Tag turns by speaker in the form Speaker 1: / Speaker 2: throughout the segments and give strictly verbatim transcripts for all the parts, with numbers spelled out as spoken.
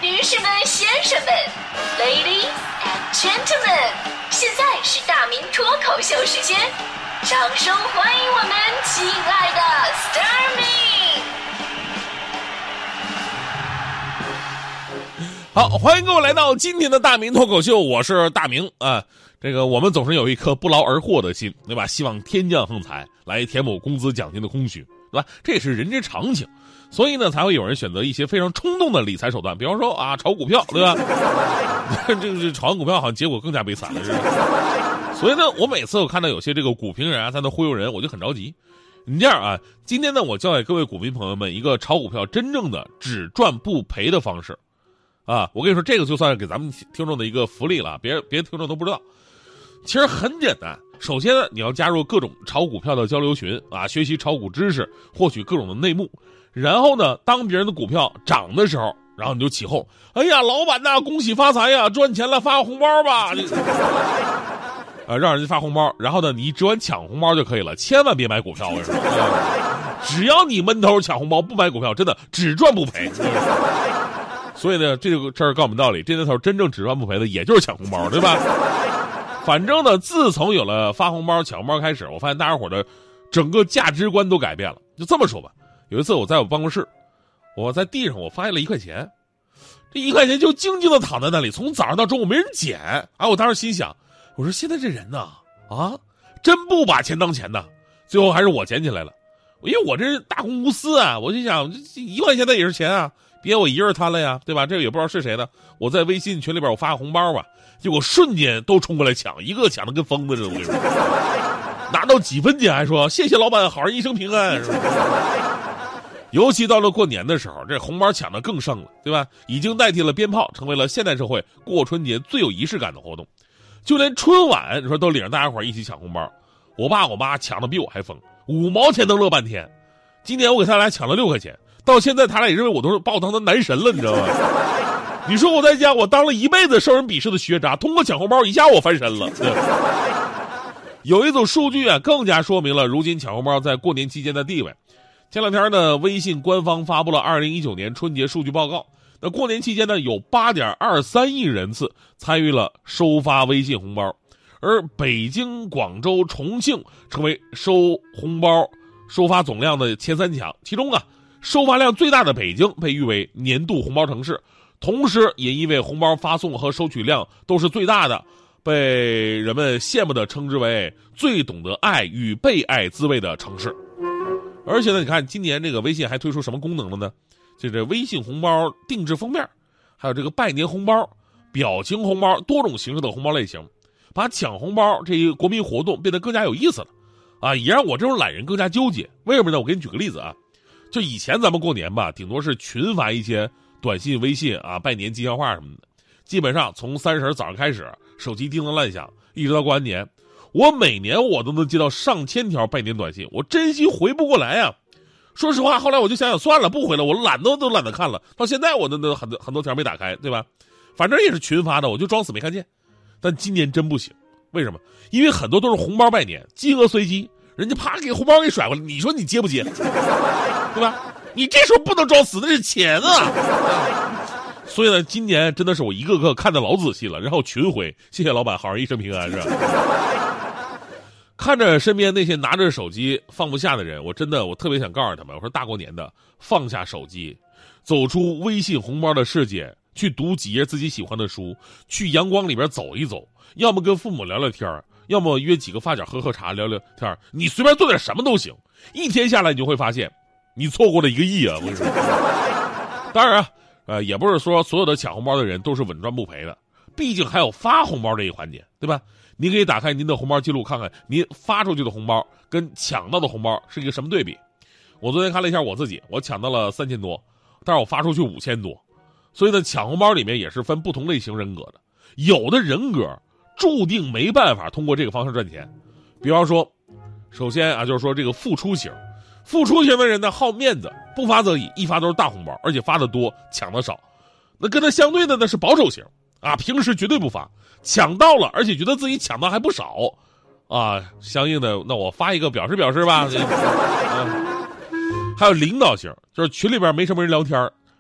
Speaker 1: 女士们、先生们 ，Ladies and Gentlemen， 现在是大明脱口秀时间，掌声欢迎我们亲爱的 Starmin。
Speaker 2: 好，欢迎各位来到今天的大明脱口秀，我是大明啊。这个我们总是有一颗不劳而获的心，对吧？希望天降横财来填补工资奖金的空虚，对吧？这也是人之常情，所以呢，才会有人选择一些非常冲动的理财手段，比方说啊，炒股票，对吧？这个炒完股票好像结果更加悲惨了，是吧？所以呢，我每次我看到有些这个股评人啊在那忽悠人，我就很着急。你这样啊，今天呢，我教给各位股民朋友们一个炒股票真正的只赚不赔的方式。啊，我跟你说，这个就算是给咱们听众的一个福利了，别别听众都不知道。其实很简单，首先呢，你要加入各种炒股票的交流群啊，学习炒股知识，获取各种的内幕。然后呢，当别人的股票涨的时候，然后你就起哄，哎呀，老板呐，恭喜发财呀，赚钱了，发个红包吧。啊，让人家发红包，然后呢，你只管抢红包就可以了，千万别买股票。为什么？只要你闷头抢红包，不买股票，真的只赚不赔。所以呢，这个事儿告诉我们道理，这年头真正只赚不赔的，也就是抢红包，对吧？反正呢，自从有了发红包、抢红包开始，我发现大家伙的整个价值观都改变了。就这么说吧，有一次我在我办公室，我在地上我发现了一块钱，这一块钱就静静的躺在那里，从早上到中午没人捡。啊，我当时心想，我说现在这人呐，啊，真不把钱当钱呐。最后还是我捡起来了，因为我这人大公无私啊，我就想这一块钱那也是钱啊。别我一人贪了呀，对吧？这个也不知道是谁的。我在微信群里边我发个红包吧，结果瞬间都冲过来抢，一个抢的跟疯子似的。我跟你说，拿到几分钱还说谢谢老板，好人一生平安。是吧？尤其到了过年的时候，这红包抢的更盛了，对吧？已经代替了鞭炮，成为了现代社会过春节最有仪式感的活动。就连春晚，你说都领着大家伙一起抢红包。我爸我妈抢的比我还疯，五毛钱能乐半天。今年我给他俩抢了六块钱。到现在他俩也认为我都是把我当成男神了，你知道吗？你说我在家我当了一辈子受人鄙视的学渣，通过抢红包一下我翻身了。有一组数据啊，更加说明了如今抢红包在过年期间的地位。前两天呢，微信官方发布了二零一九年春节数据报告。那过年期间呢，有 八点二三亿人次参与了收发微信红包，而北京、广州、重庆成为收红包收发总量的前三强，其中啊。收发量最大的北京被誉为年度红包城市，同时也因为红包发送和收取量都是最大的，被人们羡慕地称之为最懂得爱与被爱滋味的城市。而且呢，你看今年这个微信还推出什么功能了呢？就这微信红包定制封面，还有这个拜年红包、表情红包，多种形式的红包类型，把抢红包这一国民活动变得更加有意思了啊，也让我这种懒人更加纠结。为什么呢？我给你举个例子啊。就以前咱们过年吧，顶多是群发一些短信、微信啊，拜年吉祥话什么的。基本上从三十早上开始，手机叮当乱响，一直到过完年，我每年我都能接到上千条拜年短信，我真心回不过来呀、啊。说实话，后来我就想想算了，不回了，我懒得都懒得看了。到现在我那那很多很多条没打开，对吧？反正也是群发的，我就装死没看见。但今年真不行，为什么？因为很多都是红包拜年，金额随机。人家啪给红包给甩过来，你说你接不接？对吧？你这时候不能装死，那是钱啊！所以呢，今年真的是我一个个看得老仔细了，然后群回，谢谢老板，好人一生平安，是吧？看着身边那些拿着手机放不下的人，我真的我特别想告诉他们，我说大过年的，放下手机，走出微信红包的世界，去读几页自己喜欢的书，去阳光里边走一走，要么跟父母聊聊天儿。要么约几个发小喝喝茶聊聊天，你随便做点什么都行。一天下来，你就会发现，你错过了一个亿啊！我跟你说。当然啊，呃，也不是说所有的抢红包的人都是稳赚不赔的，毕竟还有发红包这一环节，对吧？您可以打开您的红包记录，看看您发出去的红包跟抢到的红包是一个什么对比。我昨天看了一下我自己，我抢到了三千多，但是我发出去五千多，所以呢，抢红包里面也是分不同类型人格的，有的人格。注定没办法通过这个方式赚钱，比方说，首先啊，就是说这个付出型，付出型的人呢好面子，不发则已，一发都是大红包，而且发的多，抢的少。那跟他相对的呢是保守型啊，平时绝对不发，抢到了，而且觉得自己抢到还不少，啊，相应的那我发一个表示表示吧。啊、还有领导型，就是群里边没什么人聊天，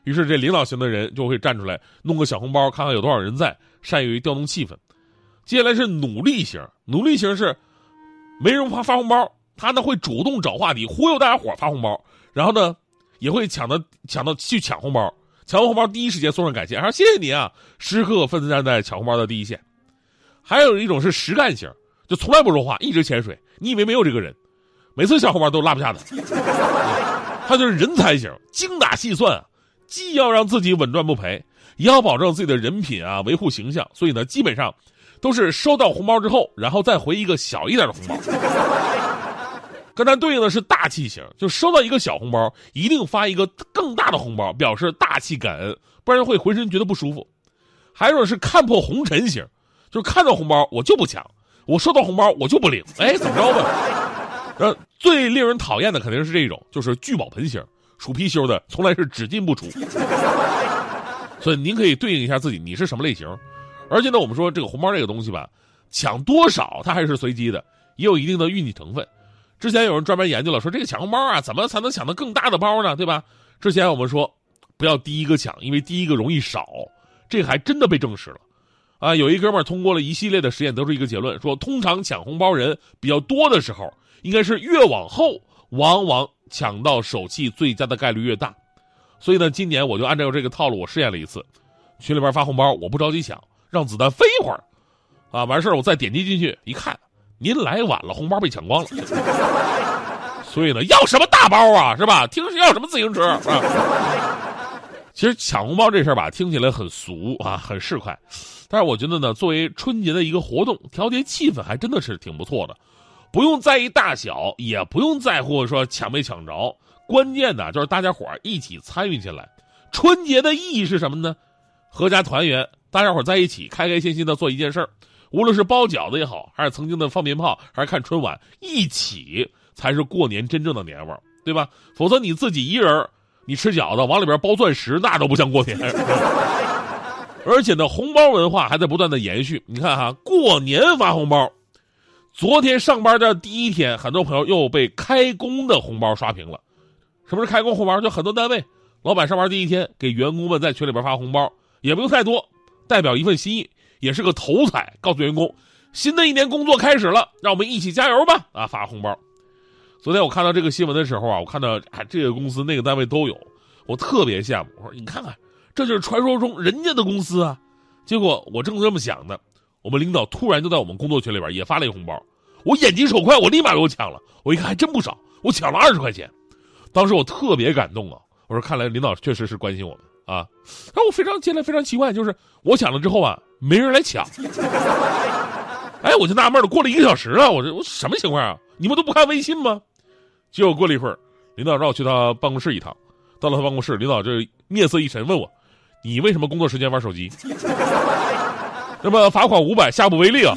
Speaker 2: 于是这领导型的人就会站出来弄个小红包，看看有多少人在，善于调动气氛。接下来是努力型，努力型是没人发发红包，他呢会主动找话题忽悠大家伙发红包，然后呢也会抢到抢到去抢红包，抢完红包第一时间送上感谢，说谢谢你啊，时刻奋战在抢红包的第一线。还有一种是实干型，就从来不说话，一直潜水，你以为没有这个人，每次抢红包都拉不下他。他就是人才型，精打细算啊，既要让自己稳赚不赔，也要保证自己的人品啊，维护形象，所以呢基本上都是收到红包之后然后再回一个小一点的红包。跟他对应的是大气型，就收到一个小红包一定发一个更大的红包，表示大气感恩，不然会浑身觉得不舒服。还有一种是看破红尘型，就是看到红包我就不抢，我收到红包我就不领，哎，怎么着吧。呃，最令人讨厌的肯定是这种，就是聚宝盆型，属貔貅的从来是只进不出。所以您可以对应一下自己，你是什么类型。而且呢，我们说这个红包这个东西吧，抢多少它还是随机的，也有一定的运气成分。之前有人专门研究了，说这个抢红包啊，怎么才能抢到更大的包呢？对吧？之前我们说不要第一个抢，因为第一个容易少，这个还真的被证实了。啊，有一哥们儿通过了一系列的实验，得出一个结论，说通常抢红包人比较多的时候，应该是越往后，往往抢到手气最佳的概率越大。所以呢，今年我就按照这个套路，我试验了一次，群里边发红包，我不着急抢，让子弹飞一会儿，啊，完事儿我再点击进去一看，您来晚了，红包被抢光了。所以呢，要什么大包啊，是吧？听是要什么自行车啊？其实抢红包这事儿吧，听起来很俗啊，很市侩，但是我觉得呢，作为春节的一个活动，调节气氛还真的是挺不错的。不用在意大小，也不用在乎说抢没抢着，关键的就是大家伙儿一起参与进来。春节的意义是什么呢？合家团圆，大家伙儿在一起开开心心的做一件事儿，无论是包饺子也好，还是曾经的放鞭炮，还是看春晚，一起才是过年真正的年味儿，对吧？否则你自己一人你吃饺子往里边包钻石，那都不像过年。而且呢，红包文化还在不断的延续。你看哈，过年发红包，昨天上班的第一天，很多朋友又被开工的红包刷屏了。什么是开工红包？就很多单位老板上班第一天给员工们在群里边发红包，也不用太多，代表一份心意，也是个头彩，告诉员工新的一年工作开始了，让我们一起加油吧！啊，发红包。昨天我看到这个新闻的时候啊，我看到哎这个公司那个单位都有，我特别羡慕。我说你看看，这就是传说中人家的公司啊。结果我正这么想呢，我们领导突然就在我们工作群里边也发了一个红包，我眼疾手快，我立马给我抢了。我一看还真不少，我抢了二十块钱。当时我特别感动啊，我说看来领导确实是关心我们啊。然后我非常接来非常奇怪，就是我抢了之后啊，没人来抢。哎，我就纳闷了，过了一个小时了，我这我什么情况啊？你们都不看微信吗？结果过了一会儿，领导让我去他办公室一趟。到了他办公室，领导这面色一沉，问我：“你为什么工作时间玩手机？”那么罚款五百，下不为例啊！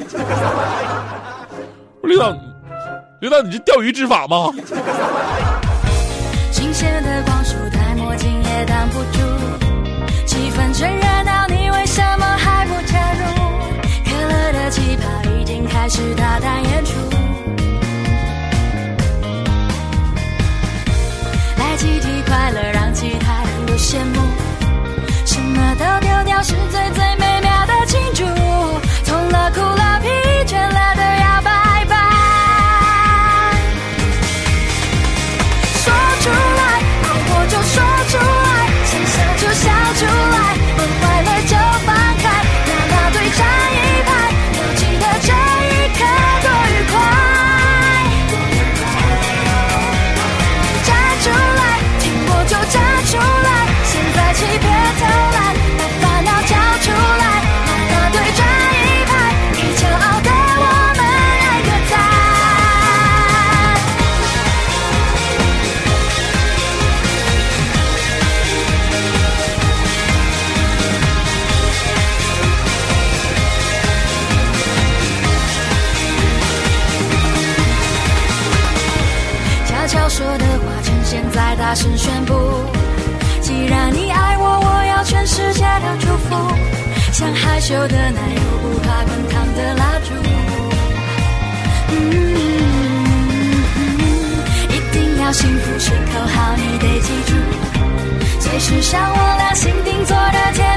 Speaker 2: 我说领导，领导，你这钓鱼执法吗？
Speaker 3: 新鲜的光束戴墨镜也挡不住，气氛真热闹，你为什么还不加入？可乐的气泡已经开始大胆演出，来集体快乐，让其他人都羡慕，什么都丢掉是最最美妙的庆祝，痛了哭了疲倦了都要拜拜，说出来，难过就说出来，想笑就笑出来，不快乐就放开，哪怕对站一排，要记得这一刻多愉快，站出来，听过就站出来，现在起别偷懒，把烦恼交出来，哪怕对站一排，你骄傲的我们来个赞。悄悄说的话趁现在大声宣布，既然你爱我，我要全世界都祝福，像害羞的奶油不怕滚烫的蜡烛，嗯嗯嗯，一定要幸福是口号，你得记住，随是像我俩心定做的天